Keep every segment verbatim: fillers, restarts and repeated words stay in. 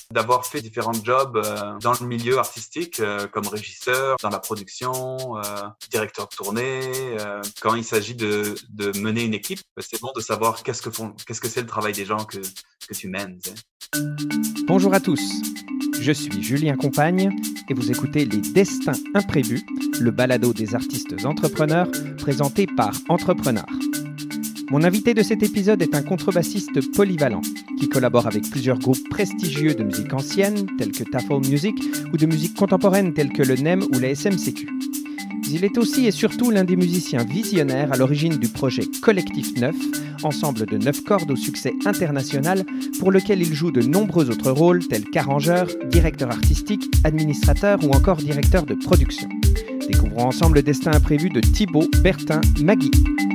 d'avoir fait différents jobs euh, dans le milieu artistique, euh, comme régisseur, dans la production, euh, directeur de tournée. Euh, quand il s'agit de, de mener une équipe, c'est bon de savoir qu'est-ce que font, qu'est-ce que c'est le travail des gens que, que tu mènes. Tu sais. Bonjour à tous, je suis Julien Compagne et vous écoutez Les Destins Imprévus, le balado des artistes entrepreneurs présenté par Entrepreneur. Mon invité de cet épisode est un contrebassiste polyvalent qui collabore avec plusieurs groupes prestigieux de musique ancienne tels que Tafel Music ou de musique contemporaine tels que le N E M ou la S M C Q. Il est aussi et surtout l'un des musiciens visionnaires à l'origine du projet Collectif neuf, ensemble de neuf cordes au succès international pour lequel il joue de nombreux autres rôles tels qu'arrangeur, directeur artistique, administrateur ou encore directeur de production. Découvrons ensemble le destin imprévu de Thibaut Bertin Magui.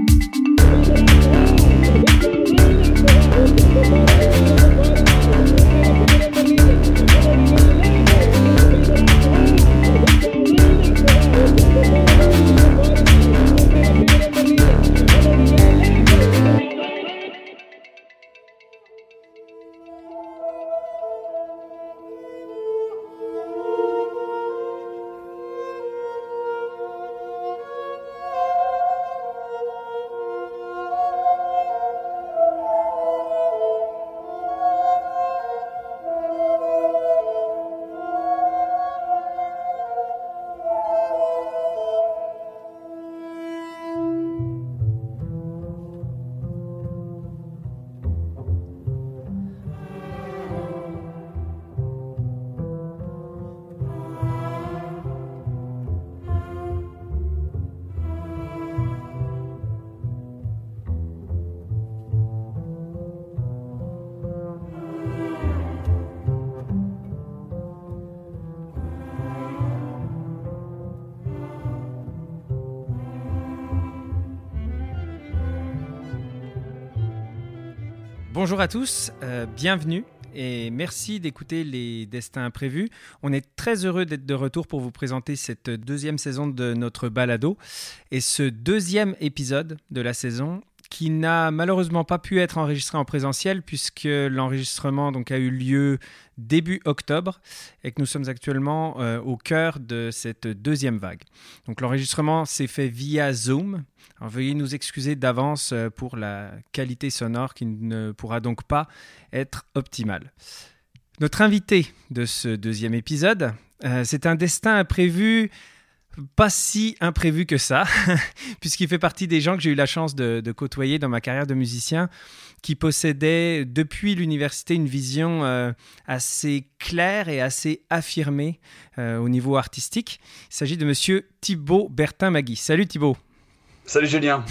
Bonjour à tous, euh, bienvenue et merci d'écouter Les Destins Imprévus. On est très heureux d'être de retour pour vous présenter cette deuxième saison de notre balado et ce deuxième épisode de la saison qui n'a malheureusement pas pu être enregistré en présentiel puisque l'enregistrement donc, a eu lieu début octobre et que nous sommes actuellement euh, au cœur de cette deuxième vague. Donc l'enregistrement s'est fait via Zoom. Alors, veuillez nous excuser d'avance pour la qualité sonore qui ne pourra donc pas être optimale. Notre invité de ce deuxième épisode, euh, c'est un destin imprévu, pas si imprévu que ça, puisqu'il fait partie des gens que j'ai eu la chance de, de côtoyer dans ma carrière de musicien, qui possédaient depuis l'université une vision euh, assez claire et assez affirmée euh, au niveau artistique. Il s'agit de monsieur Thibaut Bertin Magui. Salut Thibaut. Salut Julien.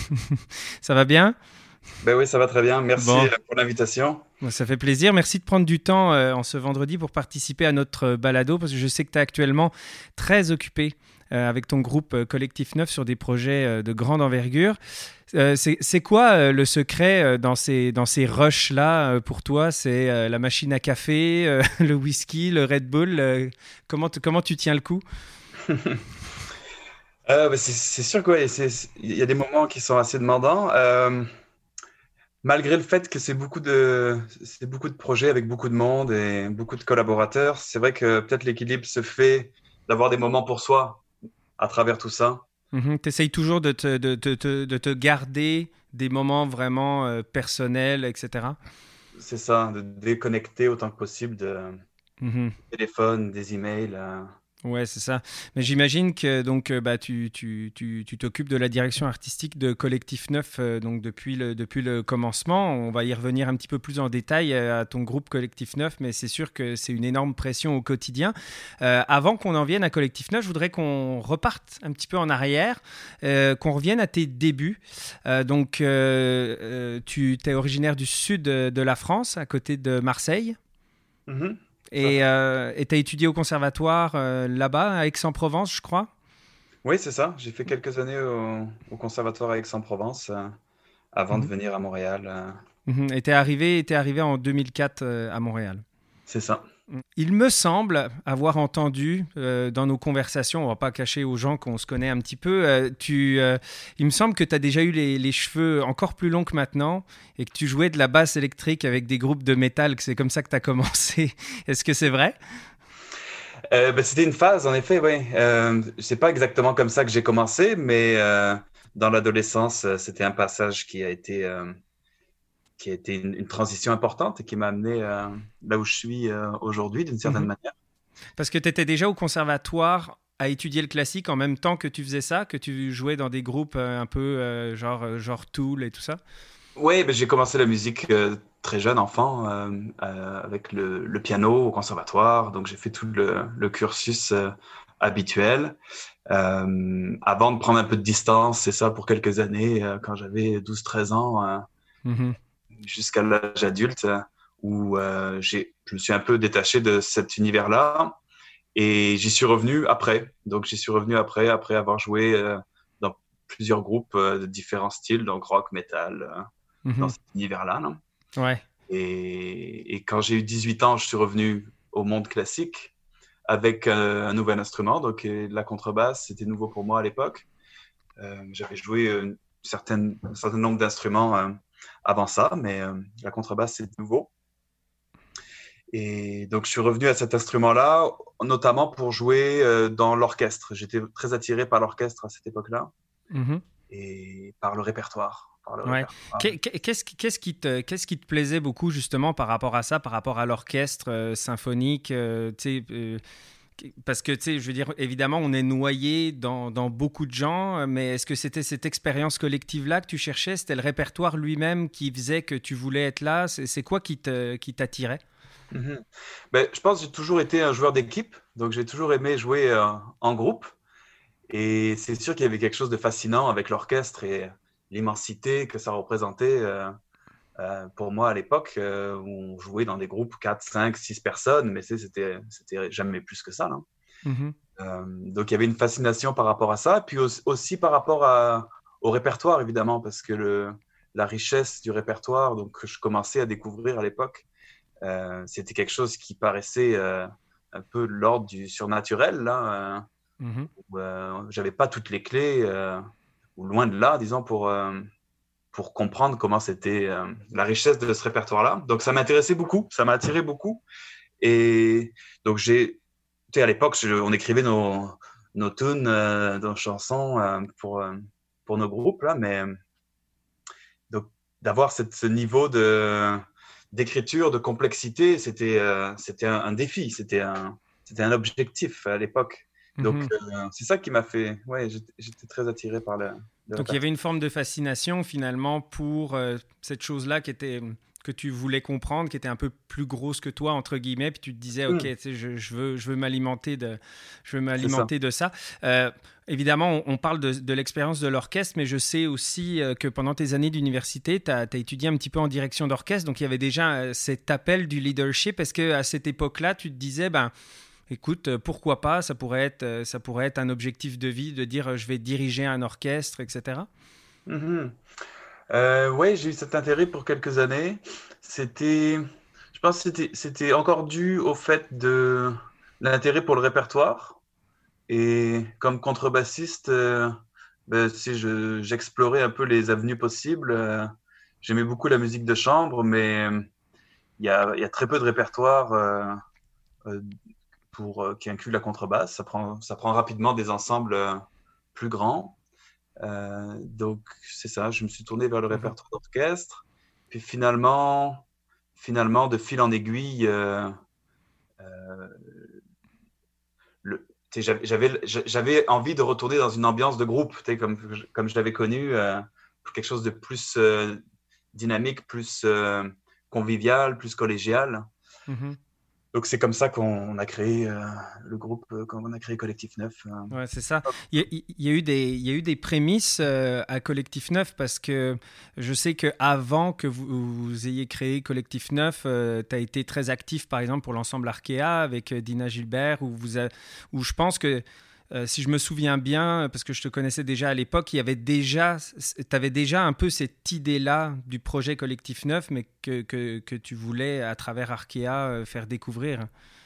Ça va bien ? Ben oui, ça va très bien. Merci bon. pour l'invitation. Ça fait plaisir. Merci de prendre du temps euh, en ce vendredi pour participer à notre balado, parce que je sais que tu es actuellement très occupé euh, avec ton groupe euh, Collectif neuf sur des projets euh, de grande envergure. Euh, c'est, c'est quoi euh, le secret euh, dans ces, dans ces rushs-là euh, pour toi ? C'est euh, la machine à café, euh, le whisky, le Red Bull euh, comment, t- comment tu tiens le coup ? Euh, bah, c'est, c'est sûr qu'il y a des moments qui sont assez demandants. Euh, malgré le fait que c'est beaucoup de, c'est beaucoup de projets avec beaucoup de monde et beaucoup de collaborateurs, c'est vrai que peut-être l'équilibre se fait d'avoir des moments pour soi à travers tout ça. Mm-hmm. Tu essayes toujours de te, de, de, de, de te garder des moments vraiment euh, personnels, et cetera. C'est ça, de déconnecter autant que possible de mm-hmm. téléphone, des emails. Euh... Ouais, c'est ça. Mais j'imagine que donc euh, bah tu tu tu tu t'occupes de la direction artistique de Collectif neuf euh, donc depuis le depuis le commencement. On va y revenir un petit peu plus en détail euh, à ton groupe Collectif neuf, mais c'est sûr que c'est une énorme pression au quotidien. Euh, avant qu'on en vienne à Collectif neuf, je voudrais qu'on reparte un petit peu en arrière, euh, qu'on revienne à tes débuts. Euh, donc euh, euh, tu es originaire du sud de, de la France, à côté de Marseille. Mm-hmm. Et euh, tu as étudié au conservatoire euh, là-bas, à Aix-en-Provence, je crois ? Oui, c'est ça. J'ai fait quelques années au, au conservatoire à Aix-en-Provence euh, avant mmh. de venir à Montréal. Euh... Mmh. Et tu es arrivé, t'es arrivé en deux mille quatre euh, à Montréal ? C'est ça. Il me semble avoir entendu euh, dans nos conversations, on ne va pas cacher aux gens qu'on se connaît un petit peu, euh, tu, euh, il me semble que tu as déjà eu les, les cheveux encore plus longs que maintenant et que tu jouais de la basse électrique avec des groupes de métal, que c'est comme ça que tu as commencé. Est-ce que c'est vrai? Euh, ben, c'était une phase, en effet, oui. Euh, c'est pas exactement comme ça que j'ai commencé, mais euh, dans l'adolescence, euh, c'était un passage qui a été, euh, qui a été une, une transition importante et qui m'a amené euh, là où je suis euh, aujourd'hui, d'une certaine Mhm. manière. Parce que tu étais déjà au conservatoire à étudier le classique en même temps que tu faisais ça, que tu jouais dans des groupes euh, un peu euh, genre, euh, genre Tool et tout ça? Oui, ben, j'ai commencé la musique euh, très jeune, enfant, euh, euh, avec le, le piano au conservatoire. Donc, j'ai fait tout le, le cursus euh, habituel. Euh, avant de prendre un peu de distance, c'est ça, pour quelques années, euh, quand j'avais douze treize ans, euh, Mhm. jusqu'à l'âge adulte, euh, où euh, j'ai, je me suis un peu détaché de cet univers-là. Et j'y suis revenu après. Donc, j'y suis revenu après, après avoir joué euh, dans plusieurs groupes euh, de différents styles, donc rock, metal, euh, dans Mhm. cet univers-là, non? Ouais. Et, et quand j'ai eu dix-huit ans, je suis revenu au monde classique avec euh, un nouvel instrument. Donc, euh, la contrebasse, c'était nouveau pour moi à l'époque. Euh, j'avais joué une certaine, un certain nombre d'instruments euh, avant ça, mais euh, la contrebasse, c'est nouveau. Et donc, je suis revenu à cet instrument-là, notamment pour jouer euh, dans l'orchestre. J'étais très attiré par l'orchestre à cette époque-là Mhm. et par le répertoire. Par le Ouais. répertoire. Qu'est- qu'est- Qu'est-ce qui, qu'est-ce qui te, qu'est-ce qui te plaisait beaucoup justement par rapport à ça, par rapport à l'orchestre euh, symphonique, euh, tu sais, euh, parce que tu sais, je veux dire, évidemment, on est noyé dans, dans beaucoup de gens, mais est-ce que c'était cette expérience collective-là que tu cherchais? C'était le répertoire lui-même qui faisait que tu voulais être là? C'est, c'est quoi qui te, qui t'attirait? Mhm. Ben, je pense que j'ai toujours été un joueur d'équipe, donc j'ai toujours aimé jouer euh, en groupe. Et c'est sûr qu'il y avait quelque chose de fascinant avec l'orchestre et l'immensité que ça représentait euh, euh, pour moi à l'époque, euh, où on jouait dans des groupes quatre, cinq, six personnes, mais c'est- c'était, c'était jamais plus que ça, là. Mhm. Euh, donc il y avait une fascination par rapport à ça, puis aussi, aussi par rapport à- au répertoire, évidemment, parce que le, la richesse du répertoire, donc, que je commençais à découvrir à l'époque, euh, c'était quelque chose qui paraissait euh, un peu de l'ordre du surnaturel, là. Euh, Mhm. où, euh, j'avais pas toutes les clés, euh, ou loin de là, disons, pour, euh, pour comprendre comment c'était euh, la richesse de ce répertoire-là. Donc, ça m'intéressait beaucoup, ça m'a attiré beaucoup. Et donc, j'ai, tu sais, à l'époque, je- on écrivait nos, nos tunes, euh, nos chansons euh, pour, euh, pour nos groupes, là, mais donc, d'avoir cette, ce niveau de, d'écriture, de complexité, c'était, euh, c'était un, un défi, c'était un, c'était un objectif à l'époque. Donc, Mhm. euh, c'est ça qui m'a fait. Ouais, j'étais, j'étais très attiré par le, le Donc il y avait répertoire. une forme de fascination finalement pour euh, cette chose-là qui était que tu voulais comprendre, qui était un peu plus grosse que toi entre guillemets, puis tu te disais ok, Mmh, tu sais, je, je veux je veux m'alimenter de je veux c'est ça. m'alimenter de ça. Euh, évidemment, on, on parle de, de l'expérience de l'orchestre, mais je sais aussi euh, que pendant tes années d'université, tu as étudié un petit peu en direction d'orchestre, donc il y avait déjà euh, cet appel du leadership. Est-ce que à cette époque-là, tu te disais ben écoute, euh, pourquoi pas, ça pourrait être, euh, ça pourrait être un objectif de vie de dire euh, je vais diriger un orchestre, et cetera. Mmh. Euh, ouais, j'ai eu cet intérêt pour quelques années. C'était, je pense que c'était, c'était encore dû au fait de l'intérêt pour le répertoire. Et comme contrebassiste, euh, ben, si je, j'explorais un peu les avenues possibles. Euh, j'aimais beaucoup la musique de chambre, mais euh, il y a, il y a très peu de répertoire euh, euh, pour, euh, qui inclut la contrebasse. Ça prend, ça prend rapidement des ensembles euh, plus grands. Euh, donc, c'est ça, je me suis tourné vers le Mhm. répertoire d'orchestre. Puis finalement, finalement, de fil en aiguille, euh, euh, le, j'avais, j'avais, j'avais envie de retourner dans une ambiance de groupe, comme, comme je l'avais connu, euh, quelque chose de plus euh, dynamique, plus euh, convivial, plus collégial. Mhm. Donc, c'est comme ça qu'on a créé euh, le groupe, euh, qu'on a créé Collectif Neuf. Euh. Ouais, c'est ça. Il y, a, il y a eu des, il y a eu des prémices euh, à Collectif Neuf parce que je sais qu'avant que vous, vous ayez créé Collectif Neuf, euh, tu as été très actif, par exemple, pour l'ensemble Arkea avec euh, Dina Gilbert, où, vous a- où je pense que, euh, si je me souviens bien, parce que je te connaissais déjà à l'époque, il y avait déjà, tu avais déjà un peu cette idée-là du projet Collectif Neuf, mais que, que, que tu voulais, à travers Arkea, euh, faire découvrir.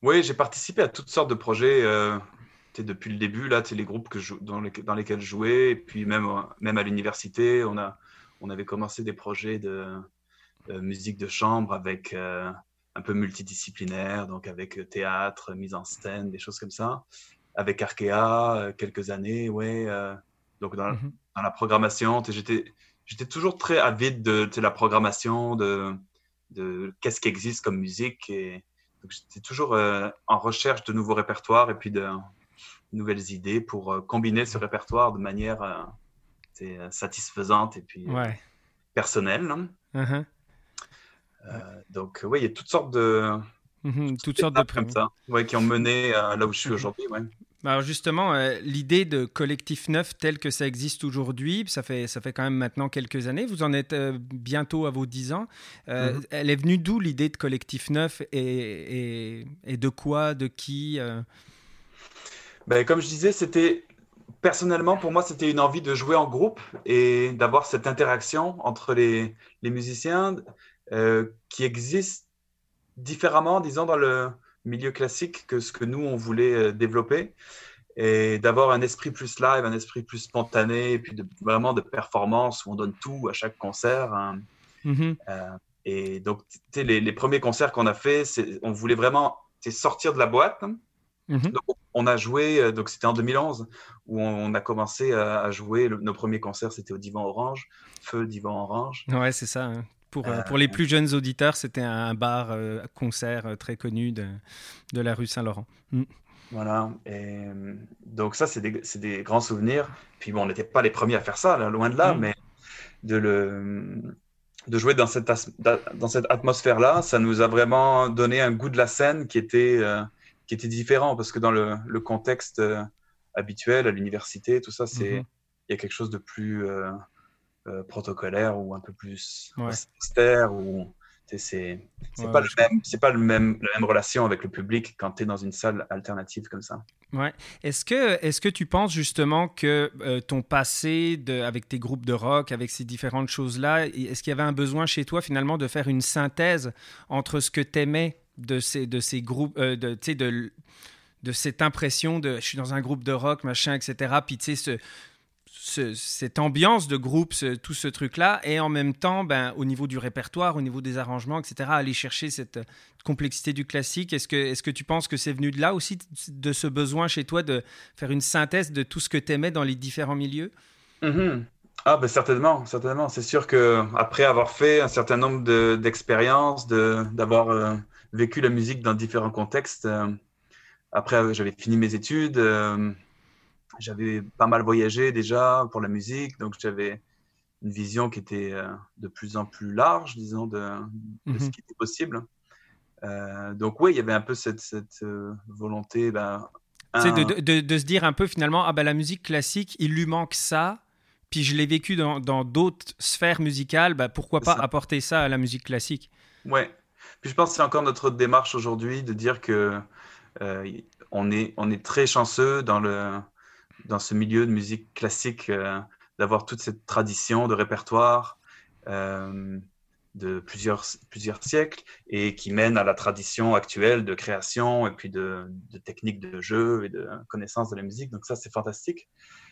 Oui, j'ai participé à toutes sortes de projets euh, tu sais, depuis le début, là, tu sais, les groupes que je, dans, les, dans lesquels je jouais, et puis même, euh, même à l'université, on, a, on avait commencé des projets de euh, musique de chambre avec euh, un peu multidisciplinaire, donc avec euh, théâtre, mise en scène, des choses comme ça. Avec Arkea, euh, quelques années, ouais. Euh, donc dans, Mhm. dans la programmation, tu sais, j'étais, j'étais toujours très avide de tu sais, la programmation, de, de qu'est-ce qui existe comme musique. Et donc j'étais toujours euh, en recherche de nouveaux répertoires et puis de nouvelles idées pour euh, combiner ce répertoire de manière euh, tu sais, satisfaisante et puis euh, Ouais. personnelle, hein. Mhm. Ouais. Euh, donc, oui, il y a toutes sortes de Mhm. toutes sortes Toutes sortes de d'étapes comme pré- ça, ouais, qui ont mené à là où je suis Mhm. aujourd'hui. Ouais. Alors justement, euh, l'idée de Collectif Neuf tel que ça existe aujourd'hui, ça fait, ça fait quand même maintenant quelques années, vous en êtes euh, bientôt à vos dix ans. Euh, Mhm. elle est venue d'où l'idée de Collectif Neuf et, et, et de quoi, de qui euh Ben, comme je disais, c'était personnellement pour moi, c'était une envie de jouer en groupe et d'avoir cette interaction entre les, les musiciens euh, qui existent différemment, disons, dans le milieu classique que ce que nous, on voulait euh, développer et d'avoir un esprit plus live, un esprit plus spontané et puis de, vraiment de performance où on donne tout à chaque concert, hein. Mhm. Euh, et donc, tu sais, les, les premiers concerts qu'on a fait, c'est, on voulait vraiment tu sais, sortir de la boîte, hein. Mhm. Donc, on a joué, euh, donc c'était en deux mille onze, où on, a commencé à, à jouer. Le- nos premiers concerts, c'était au Divan Orange, Feu Divan Orange. Ouais, c'est ça, hein. Pour, euh, pour Euh, les plus jeunes auditeurs, c'était un bar euh, concert euh, très connu de, de la rue Saint-Laurent. Mm. voilà. Et, euh, donc, ça, c'est des, c'est des grands souvenirs. Puis, bon, on n'était pas les premiers à faire ça, là, loin de là, Mm. mais de, le, de jouer dans cette, as- dans cette atmosphère-là, ça nous a vraiment donné un goût de la scène qui était, euh, qui était différent, parce que dans le, le contexte euh, habituel, à l'université, tout ça, c'est, Mhm. il y a quelque chose de plus euh, euh, protocolaire ou un peu plus Ouais, austère, ou tu sais, c'est c'est ouais, pas ouais, le je même, c'est pas le même, la même relation avec le public quand tu es dans une salle alternative comme ça. Ouais. Est-ce que, est-ce que tu penses justement que euh, ton passé de, avec tes groupes de rock, avec ces différentes choses-là, est-ce qu'il y avait un besoin chez toi finalement de faire une synthèse entre ce que tu aimais de ces, de ces groupes, euh, de, tu sais, de, de cette impression de je suis dans un groupe de rock, machin, et cetera. Puis tu sais, ce, ce- cette ambiance de groupe, ce- tout ce truc-là, et en même temps, ben, au niveau du répertoire, au niveau des arrangements, et cetera, aller chercher cette euh, complexité du classique. Est-ce que, est-ce que tu penses que c'est venu de là aussi, de ce besoin chez toi de faire une synthèse de tout ce que tu aimais dans les différents milieux? Mhm. Ah ben certainement, certainement. C'est sûr que après avoir fait un certain nombre de, d'expériences, de, d'avoir euh, vécu la musique dans différents contextes, euh, après euh, j'avais fini mes études, euh, j'avais pas mal voyagé déjà pour la musique, donc j'avais une vision qui était euh, de plus en plus large, disons, de, de ce Mhm. qui était possible. Euh, donc oui, il y avait un peu cette, cette euh, volonté, ben, Tu sais, de, un, de, de se dire un peu finalement, ah ben la musique classique, il lui manque ça, puis je l'ai vécu dans, dans d'autres sphères musicales, ben pourquoi c'est pas ça. apporter ça à la musique classique? Ouais. Puis je pense que c'est encore notre démarche aujourd'hui de dire que euh, on est, on est très chanceux dans le, dans ce milieu de musique classique euh, d'avoir toute cette tradition de répertoire euh, de plusieurs, plusieurs siècles et qui mène à la tradition actuelle de création et puis de, de techniques de jeu et de connaissance de la musique. Donc ça, c'est fantastique.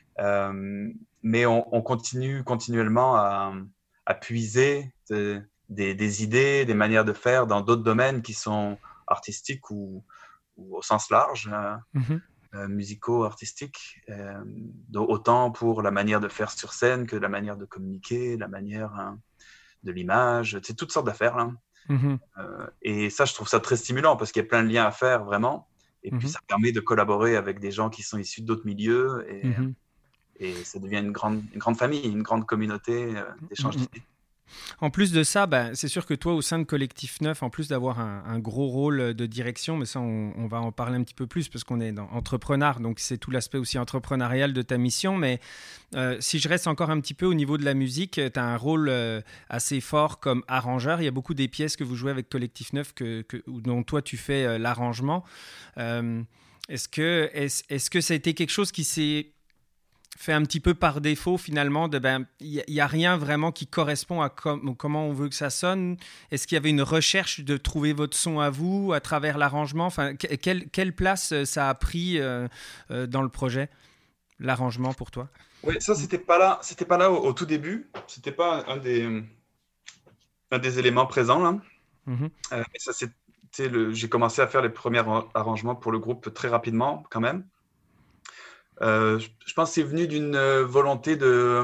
Euh, mais on, on, continue continuellement à, à puiser de, des, des, idées, des manières de faire dans d'autres domaines qui sont artistiques ou, ou au sens large, euh, Mhm. euh, musicaux, artistiques, euh, autant pour la manière de faire sur scène que la manière de communiquer, la manière hein, de l'image, c'est toutes sortes d'affaires là. Mhm. Euh, et ça, je trouve ça très stimulant parce qu'il y a plein de liens à faire vraiment. Et puis, Mhm. ça permet de collaborer avec des gens qui sont issus d'autres milieux et, Mhm. et ça devient une grande, une grande famille, une grande communauté euh, d'échange Mhm. d'idées. En plus de ça, ben, c'est sûr que toi, au sein de Collectif Neuf, en plus d'avoir un, un gros rôle de direction, mais ça, on, on va en parler un petit peu plus parce qu'on est dans entrepreneur, donc c'est tout l'aspect aussi entrepreneurial de ta mission. Mais euh, si je reste encore un petit peu au niveau de la musique, tu as un rôle euh, assez fort comme arrangeur. Il y a beaucoup des pièces que vous jouez avec Collectif Neuf que, que, dont toi, tu fais euh, l'arrangement. Euh, est-ce que, est-ce, est-ce que ça a été quelque chose qui s'est fait un petit peu par défaut finalement de ben il y, y a rien vraiment qui correspond à com- comment on veut que ça sonne. Est-ce qu'il y avait une recherche de trouver votre son à vous à travers l'arrangement? Enfin, que- quelle, quelle place euh, ça a pris euh, euh, dans le projet, l'arrangement pour toi? Oui, ça, c'était pas là, c'était pas là au, au tout début. C'était pas un des, un des éléments présents là. Mhm. Euh, mais ça, c'est, c'est le, j'ai commencé à faire les premiers arra- arrangements pour le groupe très rapidement, quand même. Euh, je, je pense que c'est venu d'une euh, volonté de,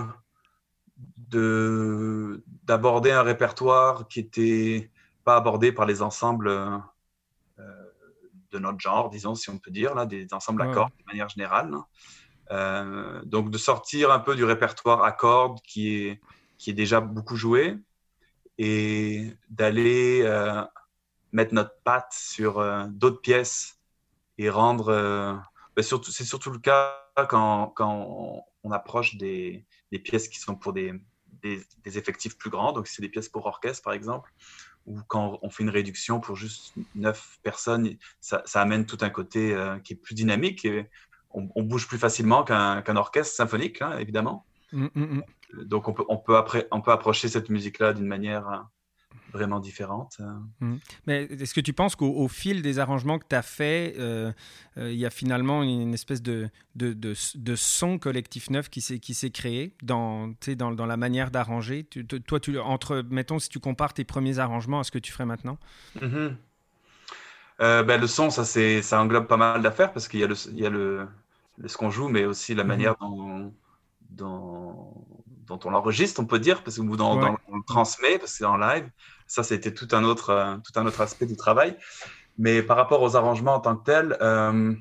de, d'aborder un répertoire qui était pas abordé par les ensembles euh, de notre genre, disons, si on peut dire, là, des ensembles à Ouais, ouais. cordes de manière générale. Euh, donc, de sortir un peu du répertoire à cordes qui est, qui est déjà beaucoup joué et d'aller euh, mettre notre patte sur euh, d'autres pièces et rendre. Euh, ben surtout, c'est surtout le cas quand, quand on approche des, des pièces qui sont pour des, des, des effectifs plus grands. Donc, c'est des pièces pour orchestre, par exemple, ou quand on fait une réduction pour juste neuf personnes, ça, ça amène tout un côté euh, qui est plus dynamique. Et on, on bouge plus facilement qu'un qu'un orchestre symphonique, hein, évidemment. Mm, mm, mm. Donc, on peut, on peut, après, on peut approcher cette musique-là d'une manière euh, vraiment différente. Mm. Mais est-ce que tu penses qu'au au fil des arrangements que tu as fait, euh, euh, il y a finalement une espèce de, de, de, de son collectif neuf qui s'est, qui s'est créé dans, tu sais, dans, dans la manière d'arranger? Tu, te- toi, tu, entre, mettons, si tu compares tes premiers arrangements à ce que tu ferais maintenant. Mhm. Euh, ben, le son, ça, c'est, ça englobe pas mal d'affaires parce qu'il y a, le, il y a le, le- ce qu'on joue, mais aussi la Mhm. manière dont, dont, dont on l'enregistre, on peut dire, parce que ou dans, Ouais. dans- on le transmet, parce que c'est en live. Ça, c'était tout un autre, euh, tout un autre aspect du travail. Mais par rapport aux arrangements en tant que tels, euh,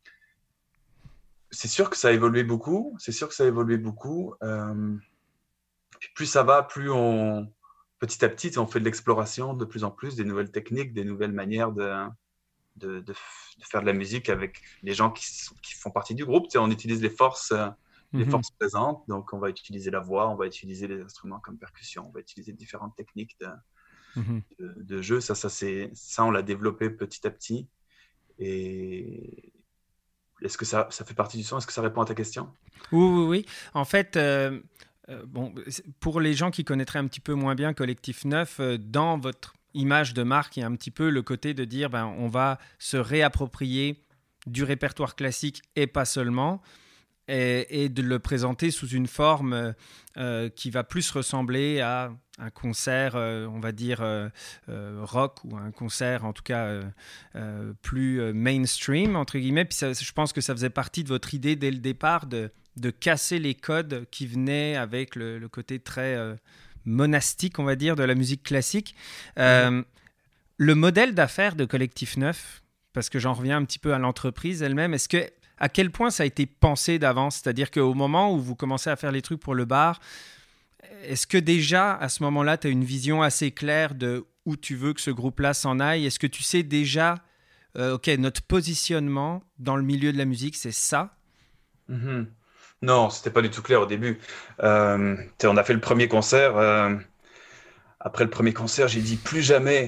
c'est sûr que ça a évolué beaucoup. C'est sûr que ça a évolué beaucoup. Euh, puis plus ça va, plus on, petit à petit, on fait de l'exploration de plus en plus, des nouvelles techniques, des nouvelles manières de, de, de, de faire de la musique avec les gens qui, sont- qui font partie du groupe. Tu sais, on utilise les forces, euh, les Mhm. forces présentes. Donc, on va utiliser la voix, on va utiliser les instruments comme percussion, on va utiliser différentes techniques de, Mhm. de, de jeu. Ça, ça, c'est, ça, on l'a développé petit à petit. Et est-ce que ça, ça fait partie du son? Est-ce que ça répond à ta question? Oui, oui, oui. En fait, euh, euh, bon, c'est- pour les gens qui connaîtraient un petit peu moins bien Collectif Neuf, euh, dans votre image de marque, il y a un petit peu le côté de dire, ben, on va se réapproprier du répertoire classique et pas seulement, et, et de le présenter sous une forme euh, euh, qui va plus ressembler à un concert, euh, on va dire, euh, euh, rock, ou un concert en tout cas euh, euh, plus euh, mainstream, entre guillemets. Puis ça, je pense que ça faisait partie de votre idée dès le départ de, de casser les codes qui venaient avec le, le côté très euh, monastique, on va dire, de la musique classique. Mhm. Euh, le modèle d'affaires de Collectif Neuf, parce que j'en reviens un petit peu à l'entreprise elle-même, est-ce que à quel point ça a été pensé d'avance? C'est-à-dire qu'au moment où vous commencez à faire les trucs pour le bar, est-ce que déjà à ce moment-là, tu as une vision assez claire de où tu veux que ce groupe-là s'en aille? Est-ce que tu sais déjà, euh, OK, notre positionnement dans le milieu de la musique, c'est ça? Mhm. Non, c'était pas du tout clair au début. Euh, tu sais, on a fait le premier concert. Euh, après le premier concert, j'ai dit plus jamais.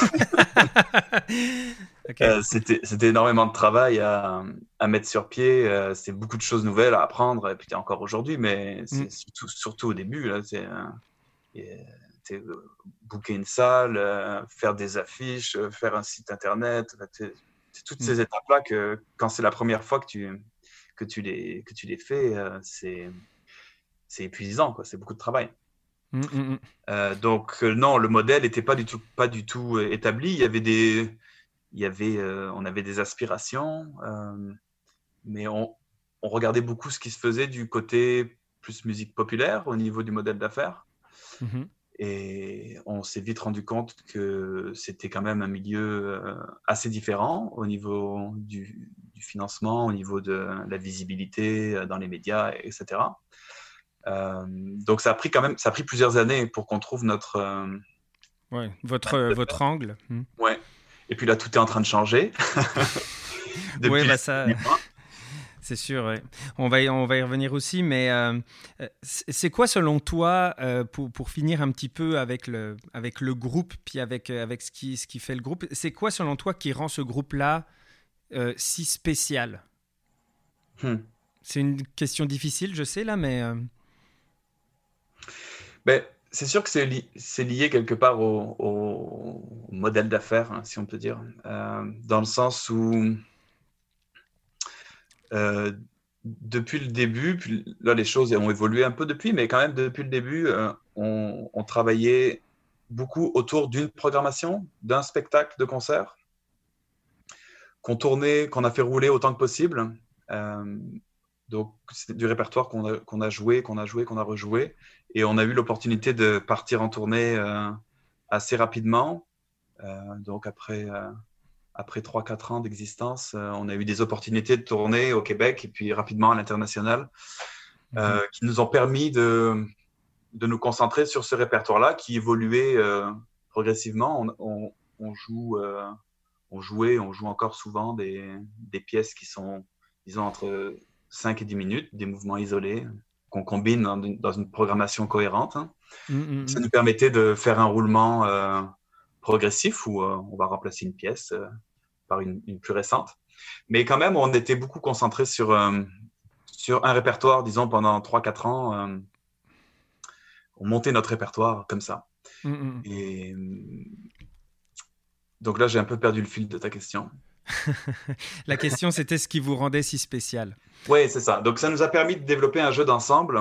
OK. Euh, c'était, c'était énormément de travail à, à mettre sur pied. Euh, c'est beaucoup de choses nouvelles à apprendre, et puis encore aujourd'hui, mais Mm, c'est surtout, surtout au début. Là, c'est, euh, et, c'est, euh, booker une salle, euh, faire des affiches, euh, faire un site internet. Enfin, c'est, c'est toutes mm, ces étapes-là que, quand c'est la première fois que tu, que tu les, que tu les fais, euh, c'est, c'est épuisant, quoi. C'est beaucoup de travail. mm, mm, mm. Euh, donc euh, non, le modèle n'était pas du tout, pas du tout euh, établi. Il y avait des, il y avait, euh, on avait des aspirations, euh, mais on, on regardait beaucoup ce qui se faisait du côté plus musique populaire au niveau du modèle d'affaires. Mhm. Et on s'est vite rendu compte que c'était quand même un milieu euh, assez différent au niveau du, du financement, au niveau de la visibilité euh, dans les médias, et cetera. Euh, donc ça a pris quand même, ça a pris plusieurs années pour qu'on trouve notre, euh, Ouais, votre, votre angle. Mm. ouais. Et puis là, tout est en train de changer Oui, depuis les bah ça, derniers mois. c'est sûr. Ouais. On va y, on va y revenir aussi, mais euh, euh, c'est c'est quoi selon toi, euh, pour, pour finir un petit peu avec le, avec le groupe, puis avec, euh, avec ce, qui, ce qui fait le groupe, c'est quoi selon toi qui rend ce groupe-là euh, si spécial? Hmm. C'est une question difficile, je sais, là, mais... Euh... Ben, c'est sûr que c'est, li- c'est lié quelque part au, au modèle d'affaires, hein, si on peut dire, euh, dans le sens où euh, depuis le début, puis là les choses ont évolué un peu depuis, mais quand même depuis le début, euh, on, on travaillait beaucoup autour d'une programmation, d'un spectacle de concert qu'on tournait, qu'on a fait rouler autant que possible. Euh, donc, c'est du répertoire qu'on a, qu'on a joué, qu'on a joué, qu'on a rejoué. Et on a eu l'opportunité de partir en tournée euh, assez rapidement. Euh, donc, après, euh, après trois quatre ans d'existence, euh, on a eu des opportunités de tourner au Québec et puis rapidement à l'international, euh, Mm-hmm. qui nous ont permis de, de nous concentrer sur ce répertoire-là qui évoluait euh, progressivement. On, on, on joue, euh, on jouait, on joue encore souvent des, des pièces qui sont, disons, entre cinq et dix minutes, des mouvements isolés qu'on combine dans une, dans une programmation cohérente, hein. Ça Mm-hmm. nous permettait de faire un roulement euh, progressif où euh, on va remplacer une pièce euh, par une, une, plus récente. Mais quand même, on était beaucoup concentré sur, euh, sur un répertoire, disons, pendant trois quatre ans. Euh, on montait notre répertoire comme ça. Mm-hmm. Et donc là, j'ai un peu perdu le fil de ta question. La question, c'était ce qui vous rendait si spécial. Oui, c'est ça. Donc ça nous a permis de développer un jeu d'ensemble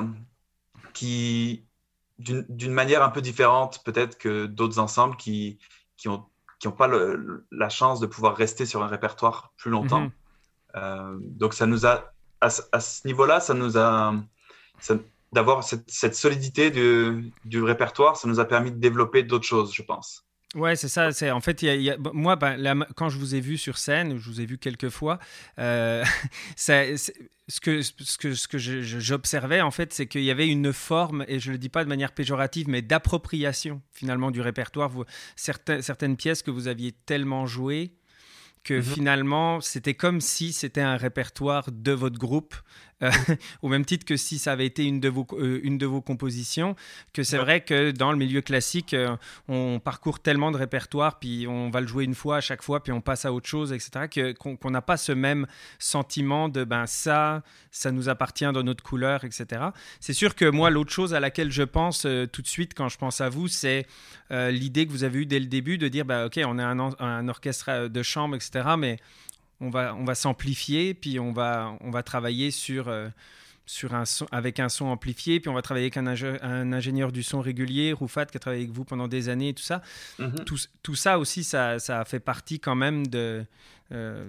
qui, d'une, d'une manière un peu différente peut-être que d'autres ensembles qui qui ont qui n'ont pas le, la chance de pouvoir rester sur un répertoire plus longtemps. Mm-hmm. Euh, donc ça nous a à, à ce niveau-là, ça nous a ça, d'avoir cette, cette solidité du, du répertoire, ça nous a permis de développer d'autres choses, je pense. Ouais, c'est ça. C'est en fait, il y a, il y a, moi, ben, là, quand je vous ai vu sur scène, je vous ai vu quelques fois. Euh, ça, ce que ce que ce que je, je, j'observais en fait, c'est qu'il y avait une forme, et je le dis pas de manière péjorative, mais d'appropriation finalement du répertoire. Vous, certaines certaines pièces que vous aviez tellement jouées que mm-hmm. finalement, c'était comme si c'était un répertoire de votre groupe, euh, au même titre que si ça avait été une de vos, euh, une de vos compositions, que c'est ouais. vrai que dans le milieu classique, euh, on parcourt tellement de répertoires, puis on va le jouer une fois à chaque fois, puis on passe à autre chose, et cetera, que, qu'on, qu'on n'a pas ce même sentiment de ben ça, ça nous appartient dans notre couleur, et cetera. C'est sûr que moi, l'autre chose à laquelle je pense euh, tout de suite quand je pense à vous, c'est euh, l'idée que vous avez eue dès le début de dire, ben, OK, on a un, un orchestre de chambre, et cetera, mais on va, on va s'amplifier, puis on va, on va travailler sur, euh, sur un son, avec un son amplifié, puis on va travailler avec un, ingé, un ingénieur du son régulier, Roufat, qui a travaillé avec vous pendant des années et tout ça. Mm-hmm. Tout, tout ça aussi, ça, ça a fait partie quand même de euh,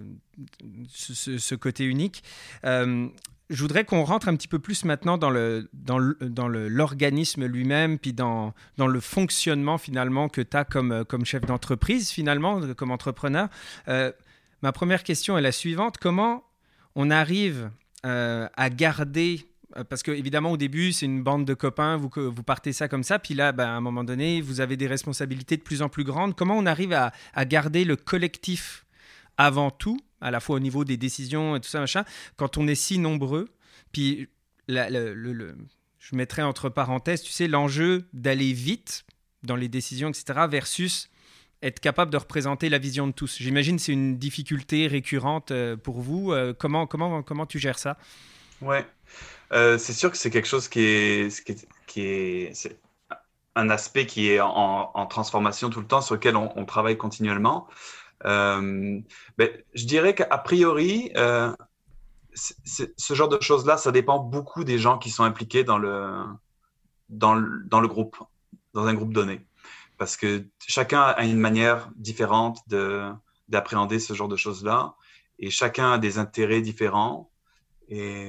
ce, ce côté unique. Euh, je voudrais qu'on rentre un petit peu plus maintenant dans, le, dans, le, dans le, l'organisme lui-même, puis dans, dans le fonctionnement finalement que tu as comme, comme chef d'entreprise, finalement, comme entrepreneur. Euh, Ma première question est la suivante. Comment on arrive euh, à garder... Parce qu'évidemment, au début, c'est une bande de copains, vous, vous partez ça comme ça, puis là, ben, à un moment donné, vous avez des responsabilités de plus en plus grandes. Comment on arrive à, à garder le collectif avant tout, à la fois au niveau des décisions et tout ça, machin, quand on est si nombreux? Puis, la, le, le, le, je mettrais entre parenthèses, tu sais, l'enjeu d'aller vite dans les décisions, et cetera, versus... être capable de représenter la vision de tous. J'imagine que c'est une difficulté récurrente pour vous. Comment, comment, comment tu gères ça? Ouais, euh, c'est sûr que c'est quelque chose qui est, qui est, qui est c'est un aspect qui est en, en transformation tout le temps, sur lequel on, on travaille continuellement. Euh, ben, je dirais qu'a priori, euh, c'est, c'est, ce genre de choses-là, ça dépend beaucoup des gens qui sont impliqués dans le, dans le, dans le groupe, dans un groupe donné. Parce que chacun a une manière différente de, d'appréhender ce genre de choses-là, et chacun a des intérêts différents. Et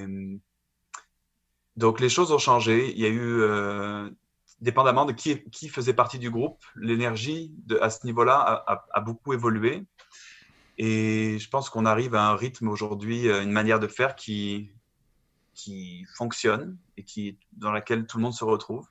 donc, les choses ont changé. Il y a eu, euh, dépendamment de qui, qui faisait partie du groupe, l'énergie de, à ce niveau-là a, a, a beaucoup évolué. Et je pense qu'on arrive à un rythme aujourd'hui, une manière de faire qui, qui fonctionne et qui, dans laquelle tout le monde se retrouve.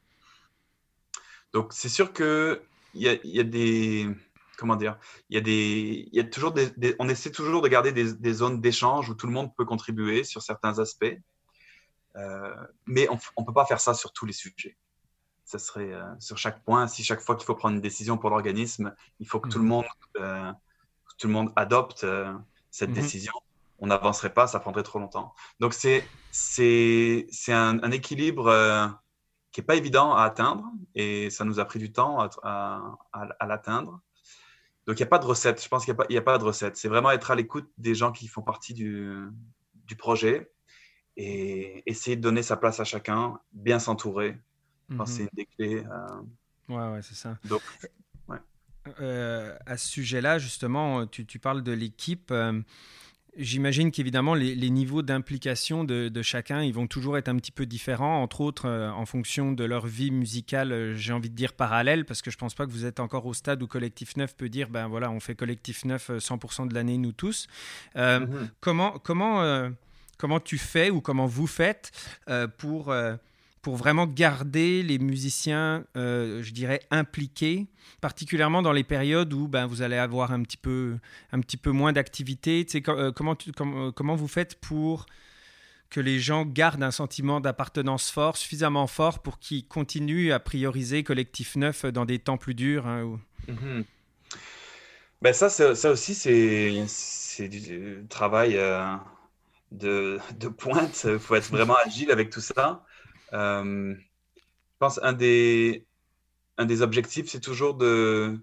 Donc, c'est sûr que il y a, il y a des, comment dire, il y a des, il y a toujours des, des on essaie toujours de garder des, des zones d'échange où tout le monde peut contribuer sur certains aspects, euh, mais on ne peut pas faire ça sur tous les sujets. Ça serait euh, sur chaque point. Si chaque fois qu'il faut prendre une décision pour l'organisme, il faut que mmh. tout le monde, euh, tout le monde adopte euh, cette mmh. décision. on n'avancerait pas, ça prendrait trop longtemps. Donc, c'est, c'est, c'est un, un équilibre euh, qui n'est pas évident à atteindre et ça nous a pris du temps à, à, à, à l'atteindre. Donc, il n'y a pas de recette. Je pense qu'il n'y a, pas- il y a pas de recette. C'est vraiment être à l'écoute des gens qui font partie du, du projet et essayer de donner sa place à chacun, bien s'entourer. Je pense que c'est Mhm. une des clés. euh, Ouais, ouais, c'est ça. donc, ouais. Euh, à ce sujet-là, justement, tu, tu parles de l'équipe. Euh, j'imagine qu'évidemment, les, les niveaux d'implication de, de chacun, ils vont toujours être un petit peu différents, entre autres euh, en fonction de leur vie musicale, euh, j'ai envie de dire parallèle, parce que je pense pas que vous êtes encore au stade où Collectif neuf peut dire, ben voilà, on fait Collectif neuf euh, cent pour cent de l'année, nous tous. Euh, Mhm. comment, comment, euh, comment tu fais ou comment vous faites euh, pour... euh, pour vraiment garder les musiciens, euh, je dirais, impliqués, particulièrement dans les périodes où ben, vous allez avoir un petit peu, un petit peu moins d'activité. Tu sais, co- euh, comment, tu- com- euh, comment vous faites pour que les gens gardent un sentiment d'appartenance fort, suffisamment fort pour qu'ils continuent à prioriser Collectif neuf dans des temps plus durs, hein, ou- Mhm. Ben ça, c'est- ça aussi, c'est c'est du travail euh, de, de pointe. Il faut être vraiment agile avec tout ça. Euh, je pense un des, un des objectifs, c'est toujours de,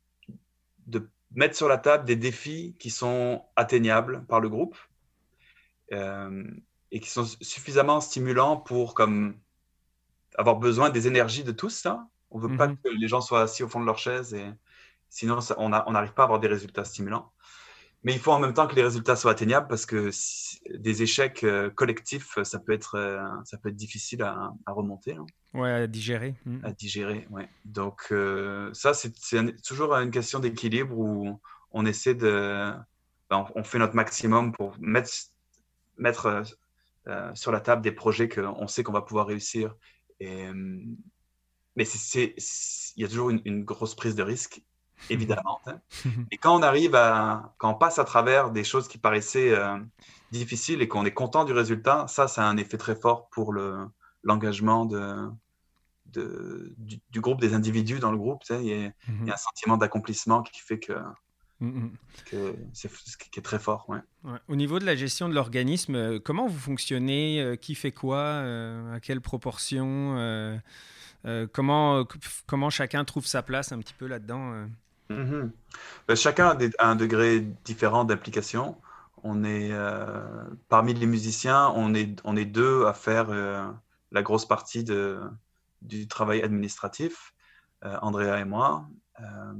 de mettre sur la table des défis qui sont atteignables par le groupe euh, et qui sont suffisamment stimulants pour comme, avoir besoin des énergies de tous. Ça. On ne veut pas Mhm. que les gens soient assis au fond de leur chaise et sinon ça- on a- on n'arrive pas à avoir des résultats stimulants. Mais il faut en même temps que les résultats soient atteignables parce que si- des échecs euh, collectifs, ça peut être, euh, ça peut être difficile à, à remonter, hein, Ouais, à digérer. à Mhm. digérer. Ouais. Donc, euh, ça, c'est c'est un- toujours une question d'équilibre où on essaie de. Ben, on, on fait notre maximum pour mettre, mettre euh, euh, sur la table des projets qu'on sait qu'on va pouvoir réussir. Et, euh, mais c'est, c'est- c'est- il y a toujours une, une grosse prise de risque, évidemment, hein. Et quand on arrive à, quand on passe à travers des choses qui paraissaient euh, difficiles et qu'on est content du résultat, ça, ça a un effet très fort pour le, l'engagement de, de, du, du groupe, des individus dans le groupe. Tu sais, il y a, il y Mhm. a un sentiment d'accomplissement qui fait que, Mhm. que c'est, qui est très fort. Ouais. Ouais. Au niveau de la gestion de l'organisme, euh, comment vous fonctionnez? Euh, Qui fait quoi? Euh, à quelle proportion? Euh, euh, comment, euh, comment chacun trouve sa place un petit peu là-dedans? euh Mhm. Ben, chacun a, des- a un degré différent d'implication. On est euh, parmi les musiciens, on est, on est deux à faire euh, la grosse partie de, du travail administratif, euh, Andrea et moi. Euh,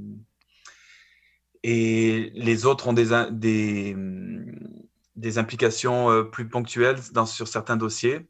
et les autres ont des, in- des, hum, des implications euh, plus ponctuelles dans, sur certains dossiers.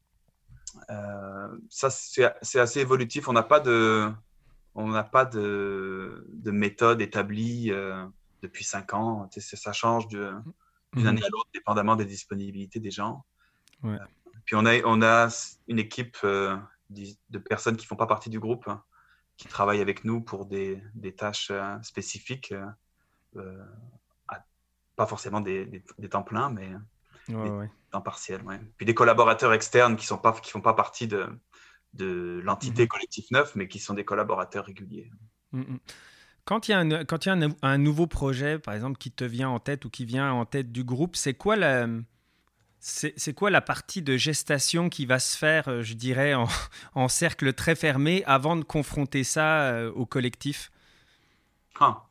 Euh, ça, c'est c'est assez évolutif. On n'a pas de, on n'a pas de, de méthode établie euh, depuis cinq ans. Tu sais, ça change de- d'une Mhm. année à l'autre, dépendamment des disponibilités des gens. Ouais. Puis on a, on a une équipe euh, de personnes qui ne font pas partie du groupe, hein, qui travaillent avec nous pour des, des tâches euh, spécifiques, euh, euh, à- pas forcément des, des- des temps pleins, mais Ouais, des ouais. temps partiels. Ouais. Puis des collaborateurs externes qui ne pas, qui font pas partie de, de l'entité Mhm. Collectif Neuf, mais qui sont des collaborateurs réguliers. Mhm. Quand il y a, un, quand il y a un, un nouveau projet, par exemple, qui te vient en tête ou qui vient en tête du groupe, c'est quoi la, c'est, c'est quoi la partie de gestation qui va se faire, euh, je dirais, en, en cercle très fermé avant de confronter ça euh, au collectif? Ah.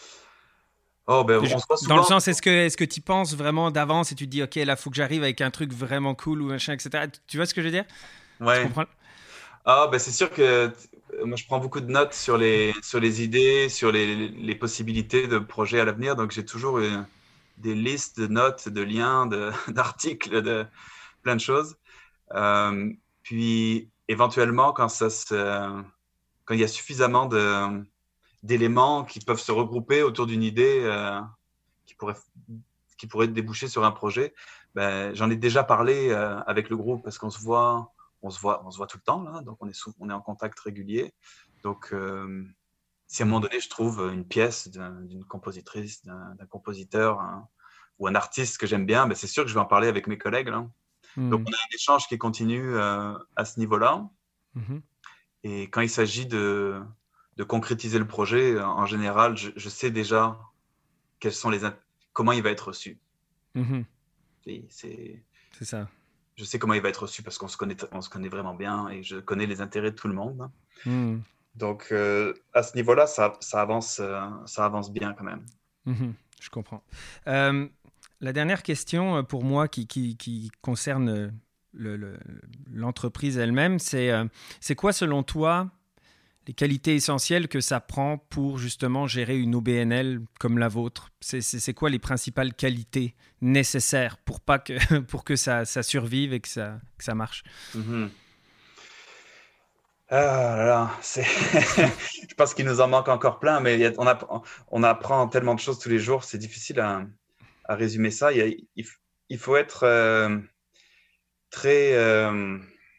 Oh, ben, Je- on se voit Dans le souvent. sens, est-ce que est-ce que tu penses vraiment d'avance et tu te dis, OK, là, faut que j'arrive avec un truc vraiment cool ou machin, et cetera. Tu vois ce que je veux dire? Tu Ouais. comprends? Ah, ben, c'est sûr que euh, moi, je prends beaucoup de notes sur les, sur les idées, sur les, les possibilités de projets à l'avenir. Donc, j'ai toujours euh, des listes de notes, de liens, de, d'articles, de plein de choses. Euh, puis, éventuellement, quand ça se, quand il y a suffisamment de, d'éléments qui peuvent se regrouper autour d'une idée euh, qui pourrait, qui pourrait déboucher sur un projet, ben, j'en ai déjà parlé euh, avec le groupe parce qu'on se voit, on se voit, on se voit tout le temps là, donc on est, sous, on est en contact régulier. Donc, euh, si à un moment donné je trouve une pièce d'un, d'une compositrice, d'un, d'un compositeur un, ou un artiste que j'aime bien, ben, c'est sûr que je vais en parler avec mes collègues là. Donc, Mhm. on a un échange qui continue euh, à ce niveau-là. Mhm. Et quand il s'agit de, de concrétiser le projet, en général, je, je sais déjà quels sont les, comment il va être reçu. Mhm. Et c'est, C'est ça. je sais comment il va être reçu parce qu'on se connaît, on se connaît vraiment bien et je connais les intérêts de tout le monde. Hmm. Donc, euh, à ce niveau-là, ça, ça avance, euh, ça avance bien quand même. Mhm. Je comprends. Euh, la dernière question euh, pour moi qui, qui, qui concerne euh, le- le- l'entreprise elle-même, c'est euh, c'est quoi selon toi les qualités essentielles que ça prend pour justement gérer une O B N L comme la vôtre? C'est c'est- c'est quoi les principales qualités nécessaires pour, pas que, pour que ça, ça survive et que ça, que ça marche? Mhm. Ah là là, c'est je pense qu'il nous en manque encore plein, mais il y a- on, app- on apprend tellement de choses tous les jours, c'est difficile à, à résumer ça. Il, y a- il f- il faut être euh, très... euh,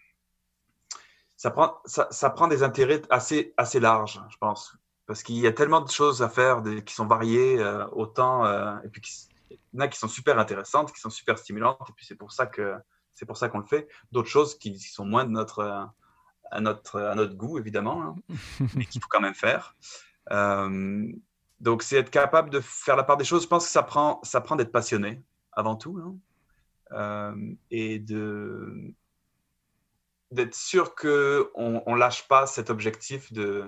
ça prend, ça, ça prend des intérêts assez, assez larges, je pense, parce qu'il y a tellement de choses à faire des- qui sont variées, euh, autant, euh, et puis qui- il y en a qui sont super intéressantes, qui sont super stimulantes, et puis c'est pour ça que c'est pour ça qu'on le fait. D'autres choses qui, qui sont moins de notre, euh, à notre, à notre goût, évidemment, hein, mais qu'il faut quand même faire. Euh, donc, c'est être capable de faire la part des choses. Je pense que ça prend, ça prend d'être passionné avant tout, hein, euh, et de d'être sûr que on, on lâche pas cet objectif de,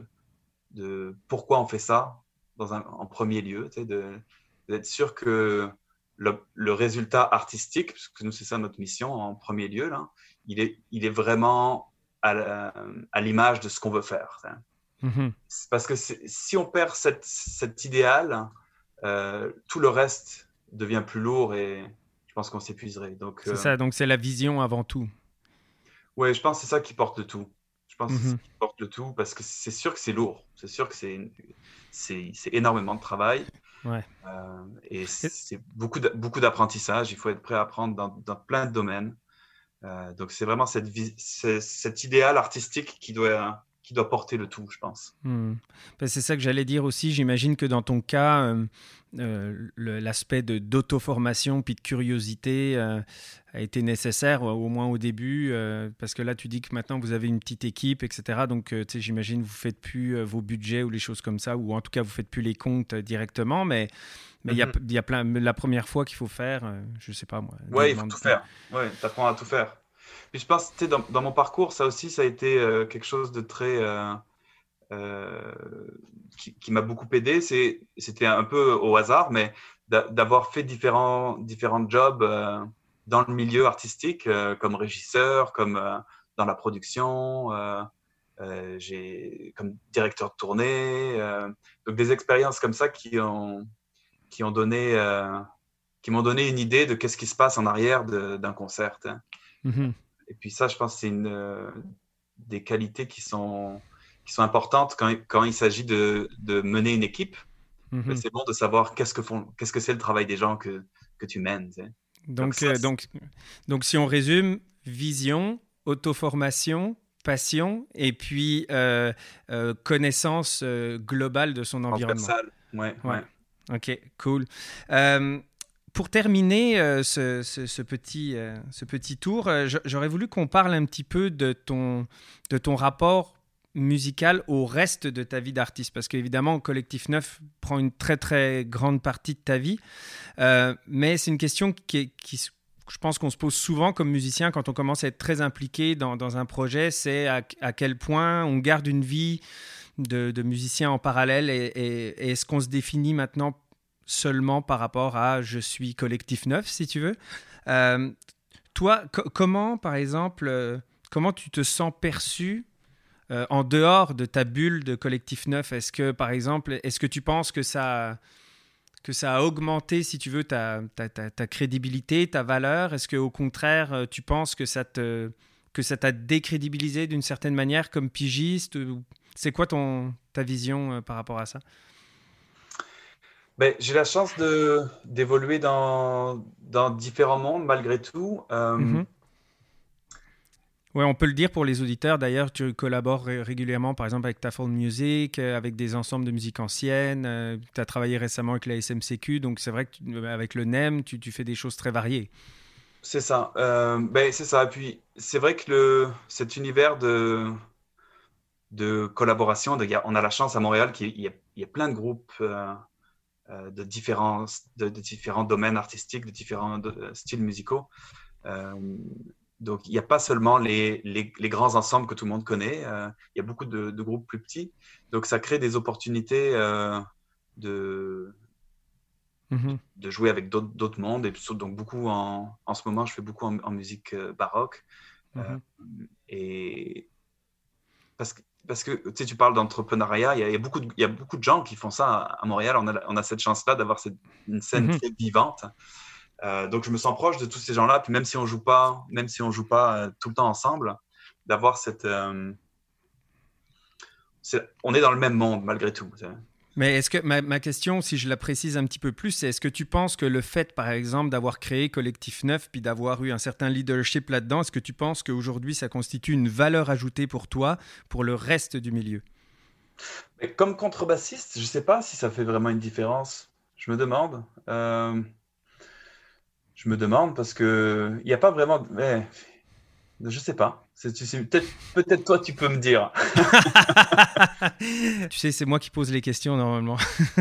de pourquoi on fait ça dans un, en premier lieu, tu sais, de, d'être sûr que le, le résultat artistique, parce que nous c'est ça notre mission en premier lieu là, il est, il est vraiment à, la- à l'image de ce qu'on veut faire. Tu sais. Mhm. C'est parce que c'est- si on perd cette, cet idéal, euh, tout le reste devient plus lourd et je pense qu'on s'épuiserait. Donc, C'est euh, ça, donc c'est la vision avant tout. ouais, je pense que c'est ça qui porte le tout. Je pense que c'est ça Mhm. qui porte le tout parce que c'est sûr que c'est lourd. C'est sûr que c'est, c'est, c'est énormément de travail Ouais. euh, et Et- c'est beaucoup, d'a- beaucoup d'apprentissage. Il faut être prêt à apprendre dans, dans plein de domaines. Euh, donc, c'est vraiment cette, vis- c'est- cet idéal artistique qui doit, qui doit porter le tout, je pense. Hmm. Ben, c'est ça que j'allais dire aussi. J'imagine que dans ton cas, euh, euh, le- l'aspect de, d'auto-formation puis de curiosité euh, a été nécessaire, au au moins au début, euh, parce que là, tu dis que maintenant, vous avez une petite équipe, et cetera. Donc, euh, tu sais, j'imagine vous faites plus euh, vos budgets ou les choses comme ça, ou en tout cas, vous faites plus les comptes euh, directement. Mais mais il y a, Mhm. il y a plein, la première fois qu'il faut faire, euh, je sais pas moi, des Ouais, il faut demandes. tout faire. Ouais, tu apprends à tout faire. Puis je pense, tu sais, dans, dans mon parcours, ça aussi, ça a été euh, quelque chose de très, euh, euh, qui, qui m'a beaucoup aidé. C'est, c'était un peu au hasard, mais d'a- d'avoir fait différents, différents jobs euh, dans le milieu artistique, euh, comme régisseur, comme euh, dans la production, euh, euh, j'ai, comme directeur de tournée. Euh, donc des expériences comme ça qui ont, qui ont donné, euh, qui m'ont donné une idée de qu'est-ce qui se passe en arrière de- d'un concert. Hein. Mhm. Et puis ça, je pense que c'est une, euh, des qualités qui sont, qui sont importantes quand, quand il s'agit de, de mener une équipe. Ben, Mhm. c'est bon de savoir qu'est-ce que font, qu'est-ce que c'est le travail des gens que, que tu mènes. Tu sais. Donc Donc, ça, euh, c'est- donc, donc, si on résume, vision, auto-formation, passion et puis euh, euh, connaissance euh, globale de son environnement. transversal. Ouais, Ouais, ouais. ok, cool. Euh, pour terminer euh, ce, ce- ce petit, euh, ce petit tour, euh, j- j'aurais voulu qu'on parle un petit peu de ton, de ton rapport musical au reste de ta vie d'artiste. Parce qu'évidemment, Collectif Neuf prend une très très grande partie de ta vie. Euh, mais c'est une question qui, est- qui s- je pense qu'on se pose souvent comme musicien quand on commence à être très impliqué dans, dans un projet, c'est à, à quel point on garde une vie de, de musicien en parallèle et, et- et est-ce qu'on se définit maintenant seulement par rapport à je suis Collectif Neuf, si tu veux. Euh, Toi, co- comment, par exemple, euh, comment tu te sens perçu euh, en dehors de ta bulle de Collectif Neuf? Est-ce que, par exemple, est-ce que tu penses que ça que ça a augmenté, si tu veux, ta, ta, ta, ta crédibilité, ta valeur? Est-ce qu'au contraire, euh, tu penses que ça te, que ça t'a décrédibilisé d'une certaine manière comme pigiste? C'est quoi ton, ta vision euh, par rapport à ça? Ben, j'ai la chance de, d'évoluer dans, dans différents mondes malgré tout. Euh, Mhm. Ouais, on peut le dire pour les auditeurs. D'ailleurs, tu collabores ré- régulièrement, par exemple, avec Tafel Music, euh, avec des ensembles de musique ancienne. Tu as travaillé récemment avec la S M C Q. Donc, c'est vrai que tu- euh, avec le N E M, tu, tu fais des choses très variées. c'est ça. Euh, ben, c'est ça. Et puis, c'est vrai que le, cet univers de, de collaboration, de, il y a- on a la chance à Montréal qu'il y a, il y a plein de groupes. euh, euh, de, différents, de, de différents domaines artistiques, de différents de, styles musicaux. Euh, donc, il n'y a pas seulement les, les, les grands ensembles que tout le monde connaît, euh, il y a beaucoup de, de groupes plus petits. Donc, ça crée des opportunités euh, de, Mhm. de jouer avec d'autres, d'autres mondes. Et donc, beaucoup en, en ce moment, je fais beaucoup en, en musique euh, baroque. Euh, Mhm. et parce que, parce que tu sais, tu parles d'entrepreneuriat, il y, a, il, y a beaucoup de, il y a beaucoup de gens qui font ça à, à Montréal. On a, on a cette chance-là d'avoir cette, une scène Mhm. très vivante. Euh, donc, je me sens proche de tous ces gens-là. Puis même si on joue pas, même si on joue pas euh, tout le temps ensemble, d'avoir cette, euh, c'est, on est dans le même monde malgré tout. Tu sais. Mais est-ce que ma, ma question, si je la précise un petit peu plus, c'est est-ce que tu penses que le fait, par exemple, d'avoir créé Collectif Neuf puis d'avoir eu un certain leadership là-dedans, est-ce que tu penses qu'aujourd'hui ça constitue une valeur ajoutée pour toi, pour le reste du milieu? Mais comme contrebassiste, je sais pas si ça fait vraiment une différence. Je me demande. Euh, je me demande parce que il n'y a pas vraiment. De- mais, je sais pas. C'est, tu sais, peut-être, peut-être toi, tu peux me dire. Tu sais, c'est moi qui pose les questions normalement.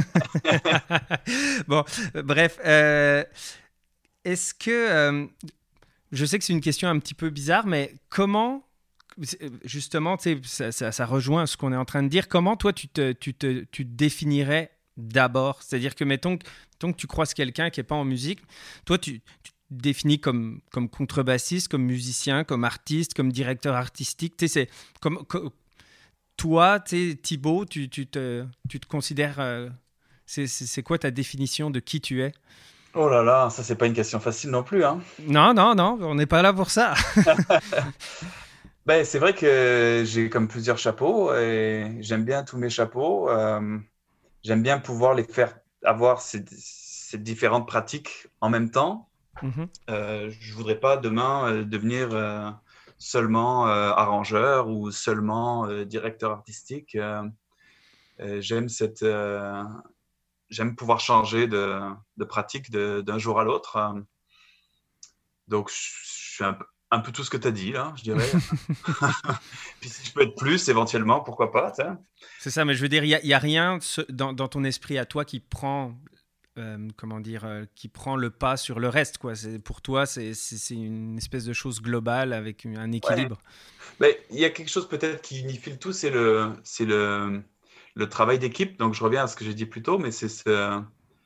Bon, euh, bref. euh, est-ce que. euh, je sais que c'est une question un petit peu bizarre, mais comment. Justement, tu sais, ça, ça- ça rejoint ce qu'on est en train de dire. Comment toi, tu te, tu te, tu te définirais d'abord? C'est-à-dire que, mettons, que- mettons que tu croises quelqu'un qui n'est pas en musique, toi, tu, tu te définis comme, comme contrebassiste, comme musicien, comme artiste, comme directeur artistique. Tu sais, c'est comme, co- toi, tu sais, Thibaut, tu, tu te, tu te considères. euh, c'est, c'est c'est quoi ta définition de qui tu es? Oh là là, ça c'est pas une question facile non plus, hein. Non, non, non, on n'est pas là pour ça. Ben, c'est vrai que j'ai comme plusieurs chapeaux et j'aime bien tous mes chapeaux. Euh, j'aime bien pouvoir les faire avoir ces, ces différentes pratiques en même temps. Mhm, Euh, je voudrais pas demain euh, devenir euh, seulement euh, arrangeur ou seulement euh, directeur artistique. Euh, euh, j'aime cette, euh, j'aime pouvoir changer de, de pratique de- d'un jour à l'autre. Euh, donc, je je suis un, peu- un peu tout ce que tu as dit là, je dirais. Puis si je peux être plus, éventuellement, pourquoi pas, tu sais. c'est ça, mais je veux dire, il n'y a, y a rien ce- dans, dans ton esprit à toi qui prend, euh, comment dire, euh, qui prend le pas sur le reste, quoi. C'est, pour toi, c'est, c'est, c'est une espèce de chose globale avec un Ouais. équilibre. Mais il y a quelque chose peut-être qui unifie le tout, c'est le, c'est le, le travail d'équipe. Donc, je reviens à ce que j'ai dit plus tôt, mais c'est ce,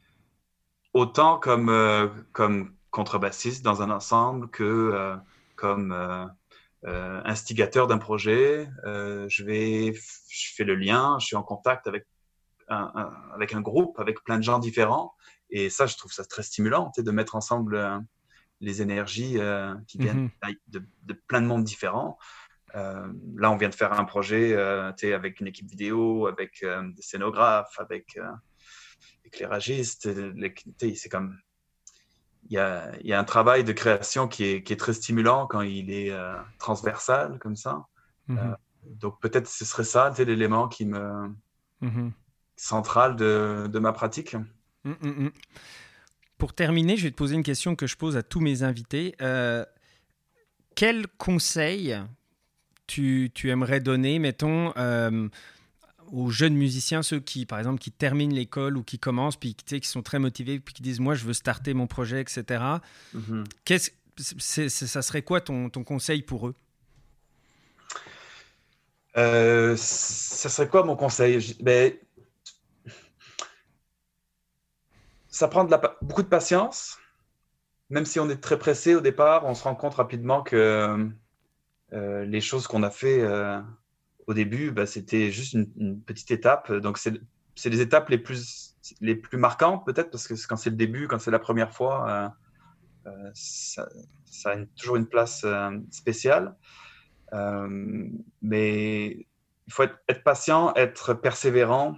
autant comme, euh, comme contrebassiste dans un ensemble que euh, comme euh, euh, instigateur d'un projet. Euh, je vais, je fais le lien, je suis en contact avec un, un- avec un groupe, avec plein de gens différents. Et ça, je trouve ça très stimulant, tu sais, de mettre ensemble euh, les énergies euh, qui viennent Mhm, de, de plein de mondes différents. Euh, là, on vient de faire un projet euh, tu sais, avec une équipe vidéo, avec euh, des scénographes, avec euh, éclairagistes. Les- tu sais, c'est comme il y a, il y a un travail de création qui est, qui est très stimulant quand il est euh, transversal comme ça. Euh, mhm, donc peut-être ce serait ça, tu sais, l'élément qui me mhm, central de, de ma pratique. mhm, mhm. Pour terminer, je vais te poser une question que je pose à tous mes invités. Euh, quel conseil tu, tu aimerais donner, mettons, euh, aux jeunes musiciens, ceux qui, par exemple, qui terminent l'école ou qui commencent, puis tu sais, qui sont très motivés, puis qui disent, moi, je veux starter mon projet, et cetera. Mhm. Qu'est-ce, c'est, c'est- ça serait quoi ton, ton conseil pour eux? Euh, ça serait quoi mon conseil? Je- ben, ça prend de la, pa- beaucoup de patience. Même si on est très pressé au départ, on se rend compte rapidement que euh, les choses qu'on a fait euh, au début, bah, c'était juste une, une petite étape. Donc, c'est c'est les étapes les plus, les plus marquantes, peut-être, parce que quand c'est le début, quand c'est la première fois, euh, euh, ça, ça a une- toujours une place euh, spéciale. Euh, mais il faut être, être patient, être persévérant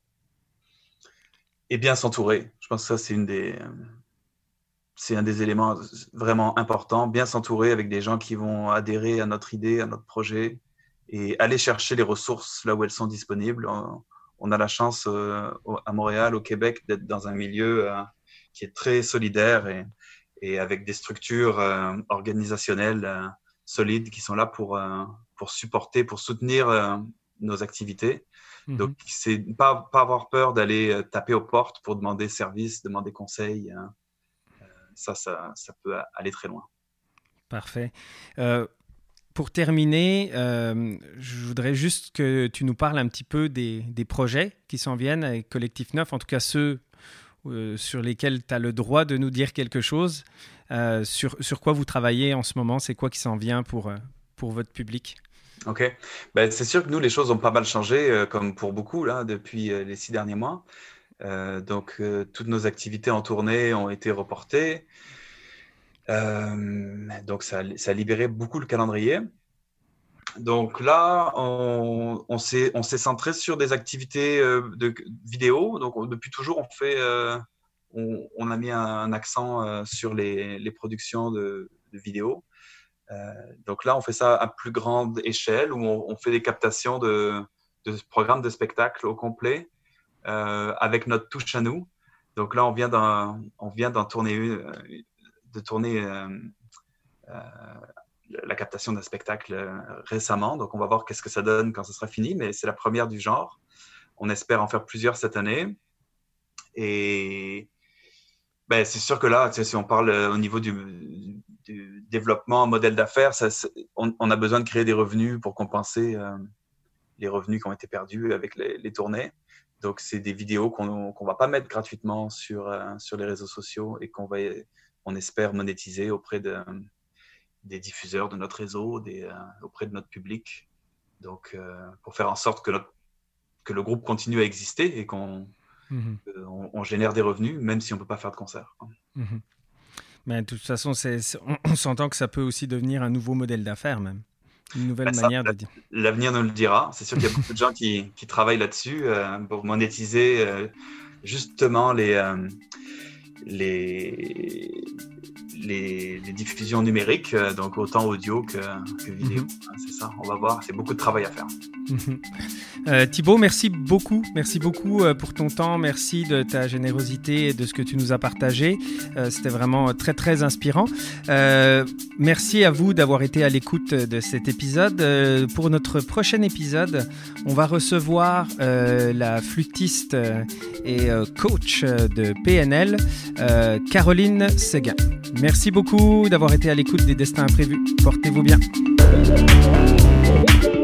et bien s'entourer. Je pense que ça, c'est une des, c'est un des éléments vraiment importants. Bien s'entourer avec des gens qui vont adhérer à notre idée, à notre projet et aller chercher les ressources là où elles sont disponibles. On, on a la chance euh, à Montréal, au Québec, d'être dans un milieu euh, qui est très solidaire et, et avec des structures euh, organisationnelles euh, solides qui sont là pour, euh, pour supporter, pour soutenir euh, nos activités. Mmh. Donc, c'est pas, pas avoir peur d'aller taper aux portes pour demander service, demander conseil. Hein. Ça, ça, ça peut aller très loin. Parfait. Euh, pour terminer, euh, je voudrais juste que tu nous parles un petit peu des, des projets qui s'en viennent avec Collectif Neuf, en tout cas ceux euh, sur lesquels tu as le droit de nous dire quelque chose. Euh, sur, sur quoi vous travaillez en ce moment? C'est quoi qui s'en vient pour, pour votre public? Ok. Ben, c'est sûr que nous, les choses ont pas mal changé, euh, comme pour beaucoup, là, depuis euh, les six derniers mois. Euh, donc, euh, toutes nos activités en tournée ont été reportées. Euh, donc, ça, ça a libéré beaucoup le calendrier. Donc là, on, on s'est on s'est centré sur des activités euh, de vidéo. Donc, on, depuis toujours, on fait, euh, on, on a mis un, un accent euh, sur les, les productions de, de vidéos. Euh, donc là, on fait ça à plus grande échelle, où on, on fait des captations de, de programmes de spectacle au complet euh, avec notre touche à nous. Donc là, on vient d'en, on vient d'en tourner une, de tourner euh, euh, la captation d'un spectacle euh, récemment. Donc on va voir qu'est-ce que ça donne quand ce sera fini, mais c'est la première du genre. On espère en faire plusieurs cette année. Et ben, c'est sûr que là, tu sais, si on parle au niveau du, du développement, modèle d'affaires, ça, on, on a besoin de créer des revenus pour compenser euh, les revenus qui ont été perdus avec les, les tournées. Donc, c'est des vidéos qu'on qu'on va pas mettre gratuitement sur, euh, sur les réseaux sociaux et qu'on va, on espère monétiser auprès de, des diffuseurs de notre réseau, des, euh, auprès de notre public. Donc, euh, pour faire en sorte que, notre, que le groupe continue à exister et qu'on Mmh. Euh, on, on génère des revenus, même si on ne peut pas faire de concert. Mmh. Mais de toute façon, c'est, c'est, on, on s'entend que ça peut aussi devenir un nouveau modèle d'affaires, même. Une nouvelle ben manière ça, de dire. L'avenir nous le dira. C'est sûr qu'il y a beaucoup de gens qui, qui travaillent là-dessus euh, pour monétiser euh, justement les, euh, les, les, les diffusions numériques, euh, donc autant audio que, que vidéo. Mmh. C'est ça, on va voir. C'est beaucoup de travail à faire. Mmh. Euh, Thibaut, merci beaucoup. Merci beaucoup euh, pour ton temps. Merci de ta générosité et de ce que tu nous as partagé. Euh, c'était vraiment très, très inspirant. Euh, merci à vous d'avoir été à l'écoute de cet épisode. Euh, pour notre prochain épisode, on va recevoir euh, la flûtiste et euh, coach de P N L, euh, Caroline Séguin. Merci beaucoup d'avoir été à l'écoute des Destins Imprévus. Portez-vous bien.